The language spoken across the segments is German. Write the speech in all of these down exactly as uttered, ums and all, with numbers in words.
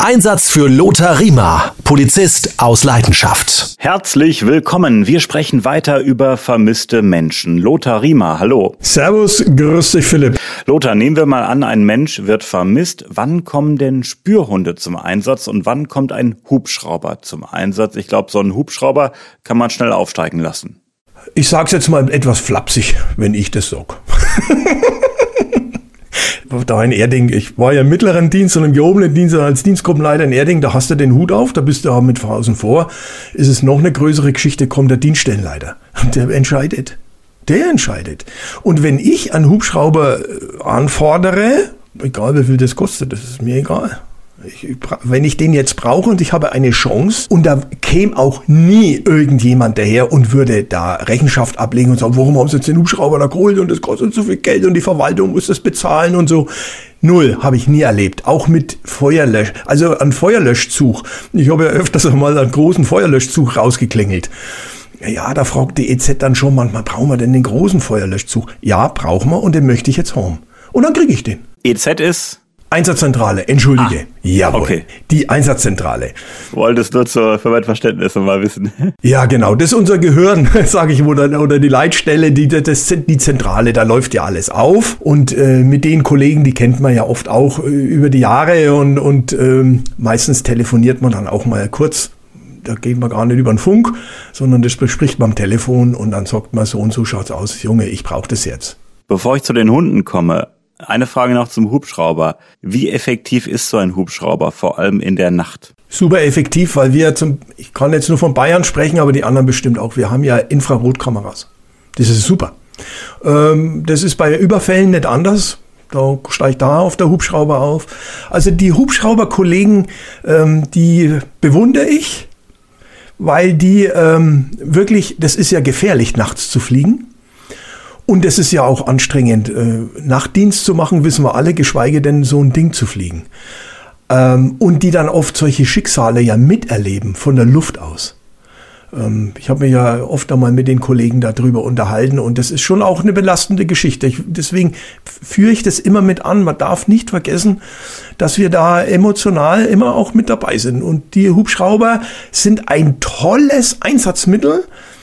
Einsatz für Lothar Riemer, Polizist aus Leidenschaft. Herzlich willkommen. Wir sprechen weiter über vermisste Menschen. Lothar Riemer, hallo. Servus, grüß dich Philipp. Lothar, nehmen wir mal an, ein Mensch wird vermisst. Wann kommen denn Spürhunde zum Einsatz und wann kommt ein Hubschrauber zum Einsatz? Ich glaube, so einen Hubschrauber kann man schnell aufsteigen lassen. Ich sag's jetzt mal etwas flapsig, wenn ich das sag. Da in Erding, ich war ja im mittleren Dienst und im gehobenen Dienst als Dienstgruppenleiter in Erding, da hast du den Hut auf, da bist du mit außen vor. Ist es noch eine größere Geschichte, kommt der Dienststellenleiter. Und der entscheidet. Der entscheidet. Und wenn ich einen Hubschrauber anfordere, egal wie viel das kostet, das ist mir egal. Ich, wenn ich den jetzt brauche und ich habe eine Chance und da käme auch nie irgendjemand daher und würde da Rechenschaft ablegen und sagen, warum haben sie jetzt den Hubschrauber da geholt und das kostet so viel Geld und die Verwaltung muss das bezahlen und so. Null, habe ich nie erlebt. Auch mit Feuerlösch, also ein Feuerlöschzug. Ich habe ja öfters mal einen großen Feuerlöschzug rausgeklingelt. Ja, da fragt die E Z dann schon manchmal, brauchen wir denn den großen Feuerlöschzug? Ja, brauchen wir und den möchte ich jetzt haben. Und dann kriege ich den. E Z ist? Einsatzzentrale, entschuldige. Ah, Jawohl, okay. Die Einsatzzentrale. Wolltest nur zur, für mein Verständnis mal wissen. Ja, genau. Das ist unser Gehirn, sage ich, oder, oder die Leitstelle, die, das, die Zentrale, da läuft ja alles auf. Und äh, mit den Kollegen, die kennt man ja oft auch äh, über die Jahre und, und ähm, meistens telefoniert man dann auch mal kurz. Da geht man gar nicht über den Funk, sondern das bespricht man am Telefon und dann sagt man, so und so schaut's aus. Junge, ich brauche das jetzt. Bevor ich zu den Hunden komme, eine Frage noch zum Hubschrauber. Wie effektiv ist so ein Hubschrauber, vor allem in der Nacht? Super effektiv, weil wir zum, ich kann jetzt nur von Bayern sprechen, aber die anderen bestimmt auch. Wir haben ja Infrarotkameras. Das ist super. Ähm, das ist bei Überfällen nicht anders. Da steigt da auf der Hubschrauber auf. Also die Hubschrauberkollegen, ähm, die bewundere ich, weil die ähm, wirklich, das ist ja gefährlich, nachts zu fliegen. Und es ist ja auch anstrengend, äh, Nachtdienst zu machen, wissen wir alle, geschweige denn so ein Ding zu fliegen. Ähm, und die dann oft solche Schicksale ja miterleben, von der Luft aus. Ähm, ich habe mich ja oft einmal mit den Kollegen darüber unterhalten und das ist schon auch eine belastende Geschichte. Ich, deswegen führe ich das immer mit an. Man darf nicht vergessen, dass wir da emotional immer auch mit dabei sind. Und die Hubschrauber sind ein tolles Einsatzmittel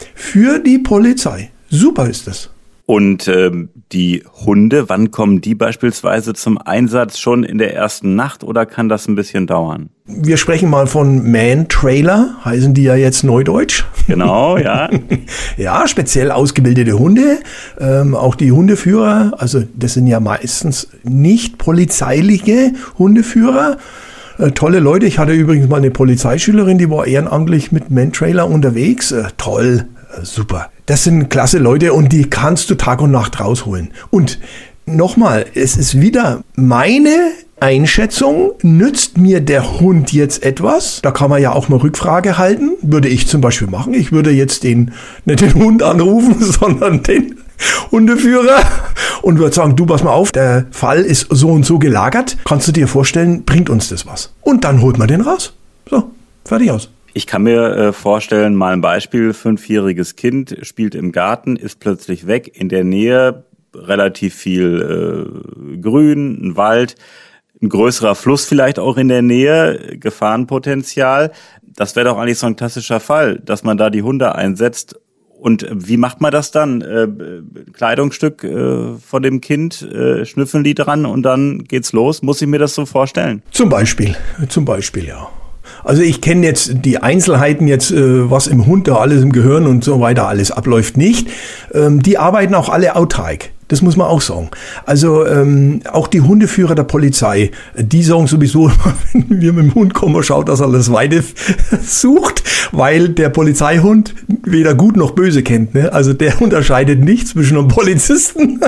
für die Polizei. Super ist das. Und ähm, die Hunde, wann kommen die beispielsweise zum Einsatz? Schon in der ersten Nacht oder kann das ein bisschen dauern? Wir sprechen mal von Man-Trailer, heißen die ja jetzt neudeutsch. Genau, ja. Ja, speziell ausgebildete Hunde, ähm, auch die Hundeführer, also das sind ja meistens nicht polizeiliche Hundeführer. Äh, tolle Leute, ich hatte übrigens mal eine Polizeischülerin, die war ehrenamtlich mit Man-Trailer unterwegs. Äh, toll, äh, super. Das sind klasse Leute und die kannst du Tag und Nacht rausholen. Und nochmal, es ist wieder meine Einschätzung, nützt mir der Hund jetzt etwas? Da kann man ja auch mal Rückfrage halten. Würde ich zum Beispiel machen. Ich würde jetzt den, nicht den Hund anrufen, sondern den Hundeführer und würde sagen, du pass mal auf, der Fall ist so und so gelagert. Kannst du dir vorstellen, bringt uns das was? Und dann holt man den raus. So, fertig aus. Ich kann mir äh, vorstellen, mal ein Beispiel, fünfjähriges Kind spielt im Garten, ist plötzlich weg, in der Nähe relativ viel äh, Grün, ein Wald, ein größerer Fluss vielleicht auch in der Nähe, Gefahrenpotenzial. Das wäre doch eigentlich so ein klassischer Fall, dass man da die Hunde einsetzt. Und wie macht man das dann? Äh, Kleidungsstück äh, von dem Kind, äh, schnüffeln die dran und dann geht's los? Muss ich mir das so vorstellen? Zum Beispiel, zum Beispiel, ja. Also ich kenne jetzt die Einzelheiten jetzt, äh, was im Hund da alles im Gehirn und so weiter alles abläuft, nicht. Ähm, die arbeiten auch alle autark. Das muss man auch sagen. Also ähm, auch die Hundeführer der Polizei, die sagen sowieso, wenn wir mit dem Hund kommen, schaut, dass er das Weide sucht, weil der Polizeihund weder gut noch böse kennt. Ne? Also der unterscheidet nicht zwischen einem Polizisten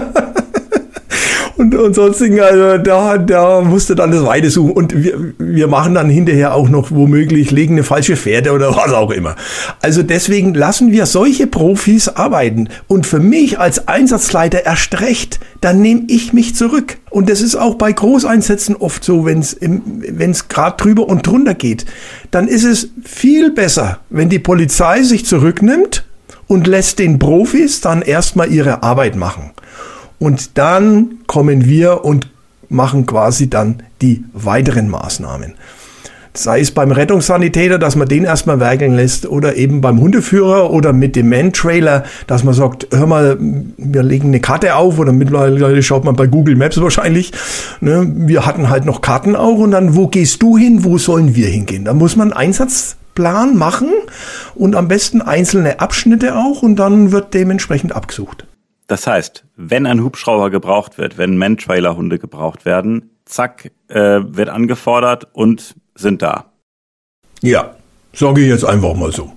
und, und sonstigen, also da, da musste dann das Weide suchen. Und wir, wir machen dann hinterher auch noch womöglich, legen eine falsche Fährte oder was auch immer. Also deswegen lassen wir solche Profis arbeiten. Und für mich als Einsatzleiter erst recht, dann nehme ich mich zurück. Und das ist auch bei Großeinsätzen oft so, wenn es wenn es gerade drüber und drunter geht. Dann ist es viel besser, wenn die Polizei sich zurücknimmt und lässt den Profis dann erstmal ihre Arbeit machen. Und dann kommen wir und machen quasi dann die weiteren Maßnahmen. Sei es beim Rettungssanitäter, dass man den erstmal werkeln lässt, oder eben beim Hundeführer oder mit dem Man-Trailer, dass man sagt, hör mal, wir legen eine Karte auf, oder mittlerweile schaut man bei Google Maps wahrscheinlich, ne? Wir hatten halt noch Karten auch, und dann, wo gehst du hin, wo sollen wir hingehen? Da muss man einen Einsatzplan machen und am besten einzelne Abschnitte auch, und dann wird dementsprechend abgesucht. Das heißt, wenn ein Hubschrauber gebraucht wird, wenn Man-Trailer-Hunde gebraucht werden, zack, äh, wird angefordert und sind da. Ja, sage ich jetzt einfach mal so.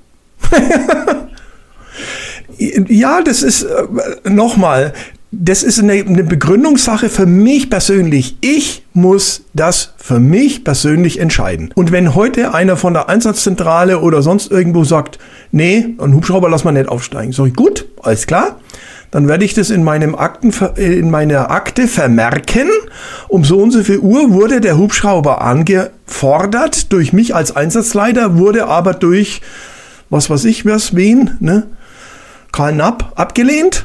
Ja, das ist, äh, nochmal, das ist eine, eine Begründungssache für mich persönlich. Ich muss das für mich persönlich entscheiden. Und wenn heute einer von der Einsatzzentrale oder sonst irgendwo sagt, nee, einen Hubschrauber lassen wir nicht aufsteigen, sage ich, gut, alles klar. Dann werde ich das in meinem Akten, in meiner Akte vermerken. Um so und so viel Uhr wurde der Hubschrauber angefordert durch mich als Einsatzleiter, wurde aber durch, was weiß ich, was, wen, ne, Karl Napp abgelehnt.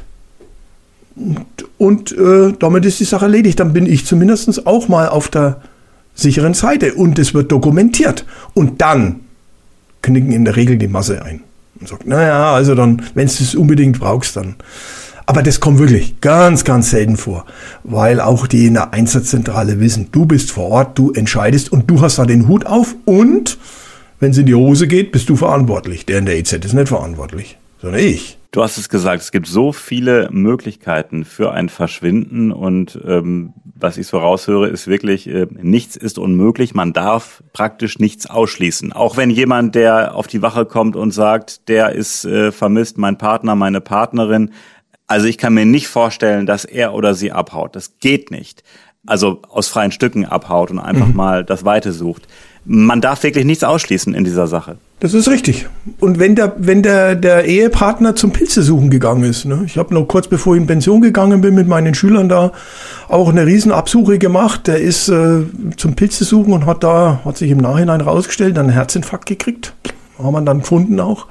Und, und äh, damit ist die Sache erledigt. Dann bin ich zumindest auch mal auf der sicheren Seite. Und es wird dokumentiert. Und dann knicken in der Regel die Masse ein. Und sagt, naja, also dann, wenn du es unbedingt brauchst, dann... Aber das kommt wirklich ganz, ganz selten vor, weil auch die in der Einsatzzentrale wissen, du bist vor Ort, du entscheidest und du hast da den Hut auf, und wenn es in die Hose geht, bist du verantwortlich. Der in der E Z ist nicht verantwortlich, sondern ich. Du hast es gesagt, es gibt so viele Möglichkeiten für ein Verschwinden, und ähm, was ich so raushöre, ist wirklich, äh, nichts ist unmöglich. Man darf praktisch nichts ausschließen. Auch wenn jemand, der auf die Wache kommt und sagt, der ist äh, vermisst, mein Partner, meine Partnerin. Also ich kann mir nicht vorstellen, dass er oder sie abhaut. Das geht nicht. Also aus freien Stücken abhaut und einfach mhm. mal das Weite sucht. Man darf wirklich nichts ausschließen in dieser Sache. Das ist richtig. Und wenn der, wenn der, der Ehepartner zum Pilzesuchen gegangen ist, ne? Ich habe noch kurz bevor ich in Pension gegangen bin mit meinen Schülern da auch eine Riesenabsuche gemacht. Der ist äh, zum Pilzesuchen und hat da, hat sich im Nachhinein rausgestellt, einen Herzinfarkt gekriegt. Haben wir dann gefunden auch.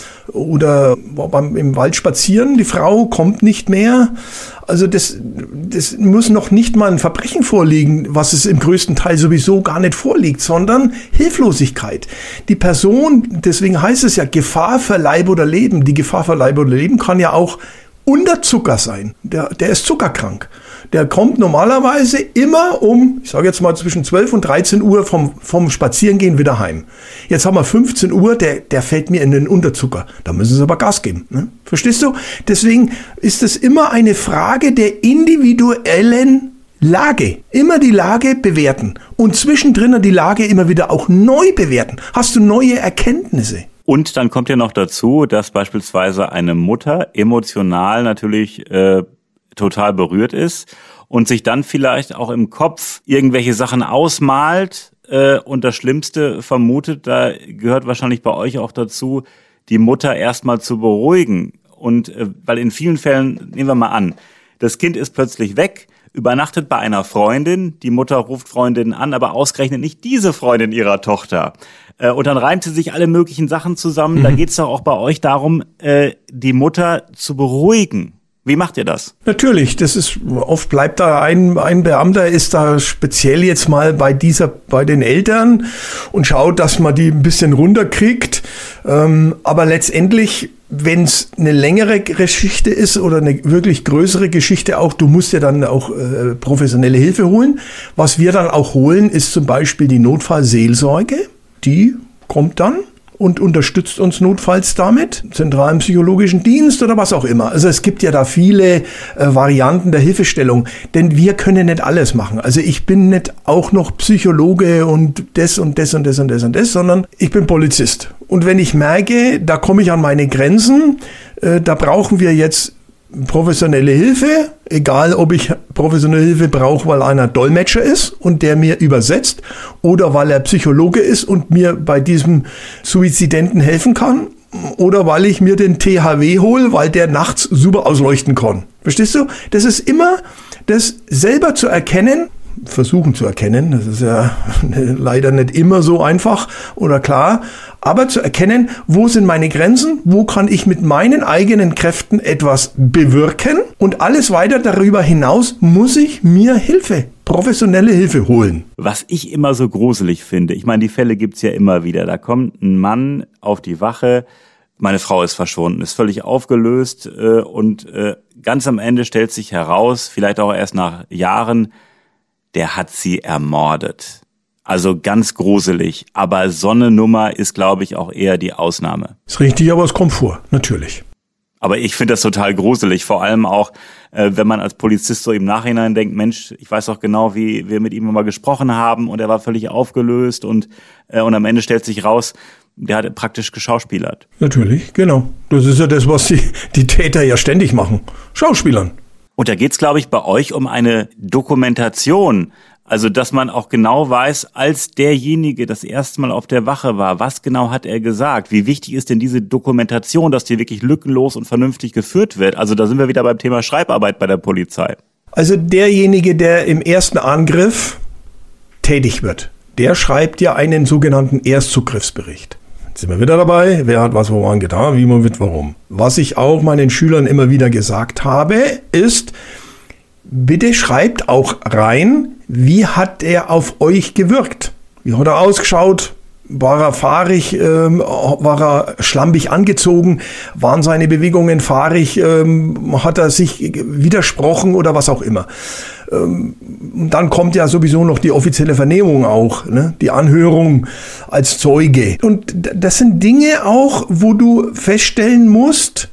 Oder war beim, im Wald spazieren, die Frau kommt nicht mehr. Also das, das muss noch nicht mal ein Verbrechen vorliegen, was es im größten Teil sowieso gar nicht vorliegt, sondern Hilflosigkeit. Die Person, deswegen heißt es ja Gefahr für Leib oder Leben. Die Gefahr für Leib oder Leben kann ja auch Unterzucker sein. Der, der ist zuckerkrank. Der kommt normalerweise immer um, ich sage jetzt mal zwischen zwölf und dreizehn Uhr vom, vom Spazierengehen wieder heim. Jetzt haben wir fünfzehn Uhr, der, der fällt mir in den Unterzucker. Da müssen sie aber Gas geben. Ne? Verstehst du? Deswegen ist es immer eine Frage der individuellen Lage. Immer die Lage bewerten. Und zwischendrin die Lage immer wieder auch neu bewerten. Hast du neue Erkenntnisse? Und dann kommt ja noch dazu, dass beispielsweise eine Mutter emotional natürlich äh, total berührt ist und sich dann vielleicht auch im Kopf irgendwelche Sachen ausmalt äh, und das Schlimmste vermutet. Da gehört wahrscheinlich bei euch auch dazu, die Mutter erstmal zu beruhigen. Und äh, weil in vielen Fällen, nehmen wir mal an, das Kind ist plötzlich weg, übernachtet bei einer Freundin, die Mutter ruft Freundinnen an, aber ausgerechnet nicht diese Freundin ihrer Tochter. Äh, und dann reimt sie sich alle möglichen Sachen zusammen. Mhm. Da geht es doch auch bei euch darum, äh, die Mutter zu beruhigen. Wie macht ihr das? Natürlich, das ist, oft bleibt da ein, ein Beamter, ist da speziell jetzt mal bei dieser, bei den Eltern und schaut, dass man die ein bisschen runterkriegt. Ähm, aber letztendlich, wenn es eine längere Geschichte ist oder eine wirklich größere Geschichte auch, du musst ja dann auch äh, professionelle Hilfe holen. Was wir dann auch holen, ist zum Beispiel die Notfallseelsorge. Die kommt dann und unterstützt uns notfalls damit, zentralen psychologischen Dienst oder was auch immer. Also es gibt ja da viele äh, Varianten der Hilfestellung, denn wir können nicht alles machen. Also ich bin nicht auch noch Psychologe und das und das und das und das und das, sondern ich bin Polizist. Und wenn ich merke, da komme ich an meine Grenzen, äh, da brauchen wir jetzt professionelle Hilfe, egal ob ich professionelle Hilfe brauche, weil einer Dolmetscher ist und der mir übersetzt oder weil er Psychologe ist und mir bei diesem Suizidenten helfen kann oder weil ich mir den T H W hole, weil der nachts super ausleuchten kann. Verstehst du? Das ist immer das selber zu erkennen, versuchen zu erkennen, das ist ja leider nicht immer so einfach oder klar, aber zu erkennen, wo sind meine Grenzen, wo kann ich mit meinen eigenen Kräften etwas bewirken und alles weiter darüber hinaus muss ich mir Hilfe professionelle Hilfe holen. Was ich immer so gruselig finde, ich meine, die Fälle gibt's ja immer wieder. Da kommt ein Mann auf die Wache, meine Frau ist verschwunden, ist völlig aufgelöst äh, und äh, ganz am Ende stellt sich heraus, vielleicht auch erst nach Jahren, der hat sie ermordet. Also ganz gruselig. Aber so eine Nummer ist, glaube ich, auch eher die Ausnahme. Ist richtig, aber es kommt vor, natürlich. Aber ich finde das total gruselig, vor allem auch, äh, wenn man als Polizist so im Nachhinein denkt, Mensch, ich weiß doch genau, wie wir mit ihm immer gesprochen haben und er war völlig aufgelöst und äh, und am Ende stellt sich raus, der hat praktisch geschauspielert. Natürlich, genau. Das ist ja das, was die, die Täter ja ständig machen. Schauspielern. Und da geht's, glaube ich, bei euch um eine Dokumentation. Also, dass man auch genau weiß, als derjenige das erste Mal auf der Wache war, was genau hat er gesagt? Wie wichtig ist denn diese Dokumentation, dass die wirklich lückenlos und vernünftig geführt wird? Also, da sind wir wieder beim Thema Schreibarbeit bei der Polizei. Also, derjenige, der im ersten Angriff tätig wird, der schreibt ja einen sogenannten Erstzugriffsbericht. Jetzt sind wir wieder dabei. Wer hat was woran getan? Wie man wird, warum? Was ich auch meinen Schülern immer wieder gesagt habe, ist, bitte schreibt auch rein, wie hat er auf euch gewirkt? Wie hat er ausgeschaut? War er fahrig? Ähm, war er schlampig angezogen? Waren seine Bewegungen fahrig? Ähm, hat er sich widersprochen oder was auch immer? Ähm, dann kommt ja sowieso noch die offizielle Vernehmung auch, ne? Die Anhörung als Zeuge. Und das sind Dinge auch, wo du feststellen musst,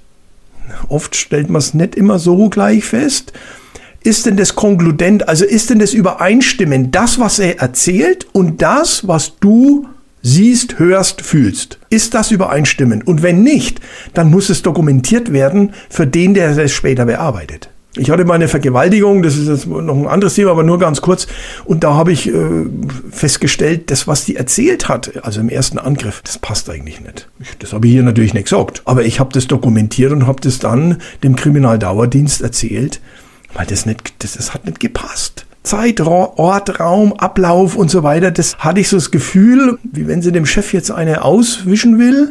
oft stellt man es nicht immer so gleich fest, ist denn das konkludent, also ist denn das übereinstimmend, das, was er erzählt und das, was du siehst, hörst, fühlst? Ist das übereinstimmend? Und wenn nicht, dann muss es dokumentiert werden für den, der das später bearbeitet. Ich hatte mal eine Vergewaltigung, das ist jetzt noch ein anderes Thema, aber nur ganz kurz. Und da habe ich äh, festgestellt, das, was die erzählt hat, also im ersten Angriff, das passt eigentlich nicht. Das habe ich hier natürlich nicht gesagt. Aber ich habe das dokumentiert und habe das dann dem Kriminaldauerdienst erzählt, weil das nicht, das, das hat nicht gepasst. Zeit, Ort, Raum, Ablauf und so weiter, das hatte ich so das Gefühl, wie wenn sie dem Chef jetzt eine auswischen will.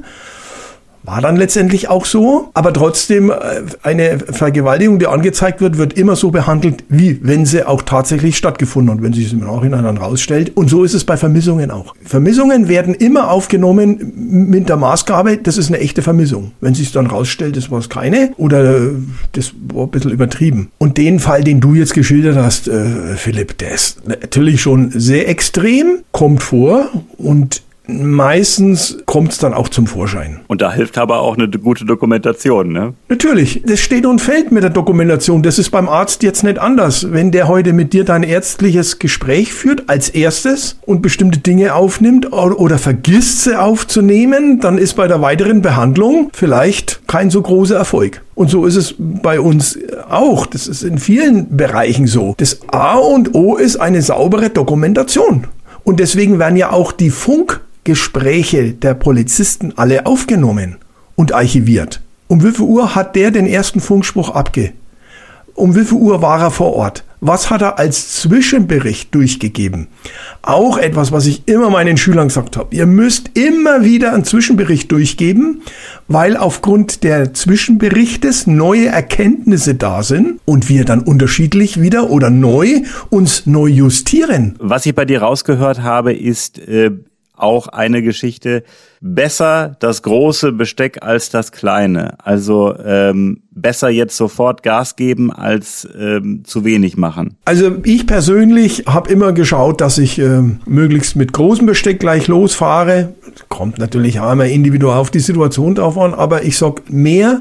War dann letztendlich auch so, aber trotzdem eine Vergewaltigung, die angezeigt wird, wird immer so behandelt, wie wenn sie auch tatsächlich stattgefunden hat, wenn sie es im Nachhinein dann rausstellt. Und so ist es bei Vermissungen auch. Vermissungen werden immer aufgenommen mit der Maßgabe, das ist eine echte Vermissung. Wenn sie es dann rausstellt, das war es keine oder das war ein bisschen übertrieben. Und den Fall, den du jetzt geschildert hast, äh, Philipp, der ist natürlich schon sehr extrem, kommt vor und meistens kommt es dann auch zum Vorschein. Und da hilft aber auch eine gute Dokumentation, ne? Natürlich, das steht und fällt mit der Dokumentation. Das ist beim Arzt jetzt nicht anders. Wenn der heute mit dir dein ärztliches Gespräch führt als erstes und bestimmte Dinge aufnimmt oder, oder vergisst sie aufzunehmen, dann ist bei der weiteren Behandlung vielleicht kein so großer Erfolg. Und so ist es bei uns auch. Das ist in vielen Bereichen so. Das A und O ist eine saubere Dokumentation. Und deswegen werden ja auch die Funk Gespräche der Polizisten alle aufgenommen und archiviert. Um wie viel Uhr hat der den ersten Funkspruch abge? Um wie viel Uhr war er vor Ort? Was hat er als Zwischenbericht durchgegeben? Auch etwas, was ich immer meinen Schülern gesagt habe. Ihr müsst immer wieder einen Zwischenbericht durchgeben, weil aufgrund der Zwischenberichtes neue Erkenntnisse da sind und wir dann unterschiedlich wieder oder neu uns neu justieren. Was ich bei dir rausgehört habe, ist äh auch eine Geschichte, besser das große Besteck als das kleine. Also ähm, besser jetzt sofort Gas geben, als ähm, zu wenig machen. Also ich persönlich habe immer geschaut, dass ich ähm, möglichst mit großem Besteck gleich losfahre. Kommt natürlich auch immer individuell auf die Situation drauf an, aber ich sag, mehr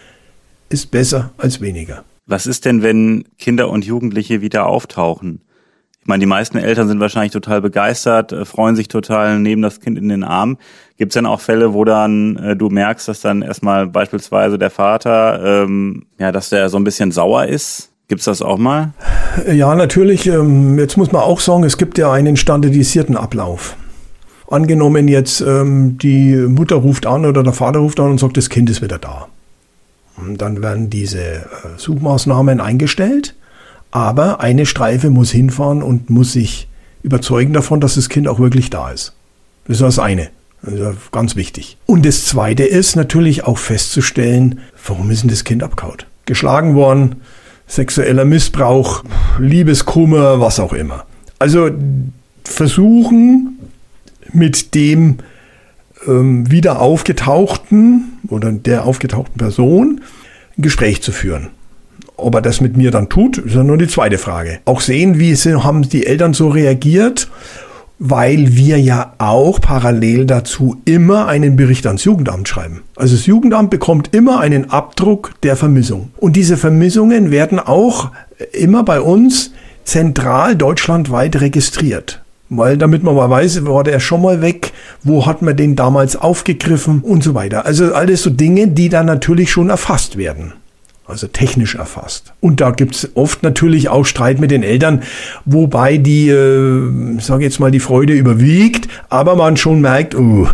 ist besser als weniger. Was ist denn, wenn Kinder und Jugendliche wieder auftauchen? Ich meine, die meisten Eltern sind wahrscheinlich total begeistert, freuen sich total, nehmen das Kind in den Arm. Gibt es denn auch Fälle, wo dann äh, du merkst, dass dann erstmal beispielsweise der Vater, ähm, ja, dass der so ein bisschen sauer ist? Gibt's das auch mal? Ja, natürlich. Ähm, jetzt muss man auch sagen, es gibt ja einen standardisierten Ablauf. Angenommen jetzt, ähm, die Mutter ruft an oder der Vater ruft an und sagt, das Kind ist wieder da. Und dann werden diese äh, Suchmaßnahmen eingestellt. Aber eine Streife muss hinfahren und muss sich überzeugen davon, dass das Kind auch wirklich da ist. Das ist das eine. Das ist ganz wichtig. Und das zweite ist natürlich auch festzustellen, warum ist denn das Kind abgehauen? Geschlagen worden, sexueller Missbrauch, Liebeskummer, was auch immer. Also versuchen mit dem ähm, wieder aufgetauchten oder der aufgetauchten Person ein Gespräch zu führen. Ob er das mit mir dann tut, ist ja nur die zweite Frage. Auch sehen, wie haben die Eltern so reagiert, weil wir ja auch parallel dazu immer einen Bericht ans Jugendamt schreiben. Also das Jugendamt bekommt immer einen Abdruck der Vermissung. Und diese Vermissungen werden auch immer bei uns zentral deutschlandweit registriert. Weil damit man mal weiß, war der schon mal weg, wo hat man den damals aufgegriffen und so weiter. Also alles so Dinge, die dann natürlich schon erfasst werden. Also technisch erfasst. Und da gibt's oft natürlich auch Streit mit den Eltern, wobei die, äh, sage jetzt mal, die Freude überwiegt, aber man schon merkt, uh,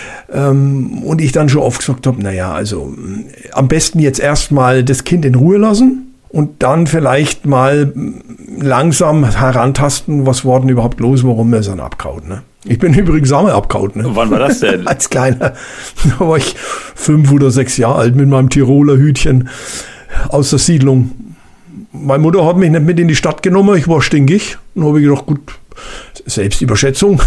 ähm, und ich dann schon oft gesagt habe, naja, also am besten jetzt erstmal das Kind in Ruhe lassen und dann vielleicht mal langsam herantasten, was war denn überhaupt los, warum er es dann abkaut, ne? Ich bin übrigens auch mal abgehauen. Ne? Wann war das denn? Als Kleiner. Da war ich fünf oder sechs Jahre alt mit meinem Tiroler Hütchen aus der Siedlung. Meine Mutter hat mich nicht mit in die Stadt genommen, ich war stinkig. Dann habe ich gedacht, gut, Selbstüberschätzung.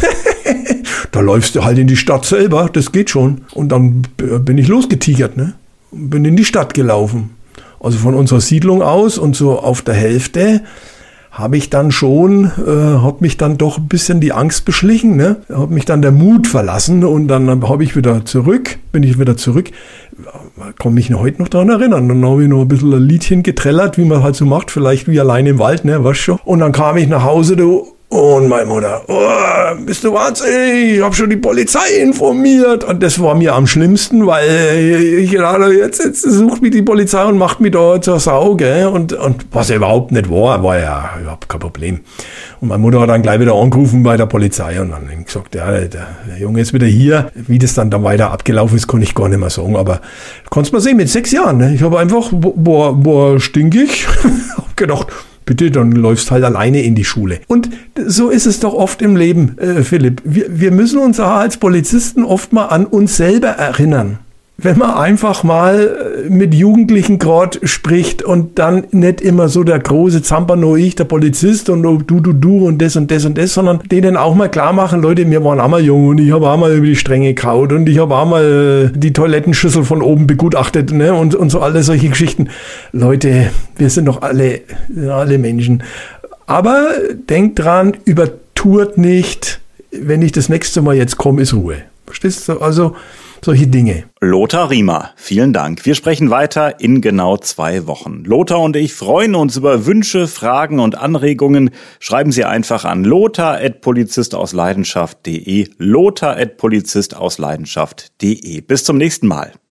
Da läufst du halt in die Stadt selber, das geht schon. Und dann bin ich losgetigert, ne? Bin in die Stadt gelaufen. Also von unserer Siedlung aus und so auf der Hälfte habe ich dann schon, äh, hat mich dann doch ein bisschen die Angst beschlichen, ne? Hat mich dann der Mut verlassen und dann habe ich wieder zurück, bin ich wieder zurück, kann mich heute noch daran erinnern. Dann habe ich noch ein bisschen ein Liedchen getrellert, wie man halt so macht, vielleicht wie allein im Wald, ne, weißt schon. Und dann kam ich nach Hause, du, und meine Mutter, oh, bist du wahnsinnig, ich habe schon die Polizei informiert. Und das war mir am schlimmsten, weil ich dachte, jetzt, jetzt sucht mich die Polizei und macht mich da zur Sau, gell? Und, und was ja überhaupt nicht war, war ja überhaupt kein Problem. Und meine Mutter hat dann gleich wieder angerufen bei der Polizei und dann gesagt, ja, der, der Junge ist wieder hier. Wie das dann da weiter abgelaufen ist, kann ich gar nicht mehr sagen. Aber kannst mal sehen, mit sechs Jahren, ne? Ich habe einfach, boah, boah, stinkig, hab gedacht, bitte, dann läufst halt alleine in die Schule. Und so ist es doch oft im Leben, äh, Philipp. Wir, wir müssen uns auch als Polizisten oft mal an uns selber erinnern. Wenn man einfach mal mit Jugendlichen gerade spricht und dann nicht immer so der große Zampano, ich, der Polizist und du, du, du und das und das und das, sondern denen auch mal klar machen, Leute, wir waren auch mal jung und ich habe auch mal über die Stränge gehauen und ich habe auch mal die Toilettenschüssel von oben begutachtet, ne, und, und so alle solche Geschichten. Leute, wir sind doch alle, alle Menschen. Aber denkt dran, überturt nicht, wenn ich das nächste Mal jetzt komme, ist Ruhe. Verstehst du? Also, solche Dinge. Lothar Riemer, vielen Dank. Wir sprechen weiter in genau zwei Wochen. Lothar und ich freuen uns über Wünsche, Fragen und Anregungen. Schreiben Sie einfach an lothar at polizistausleidenschaft punkt de, lothar at polizistausleidenschaft punkt de. Bis zum nächsten Mal.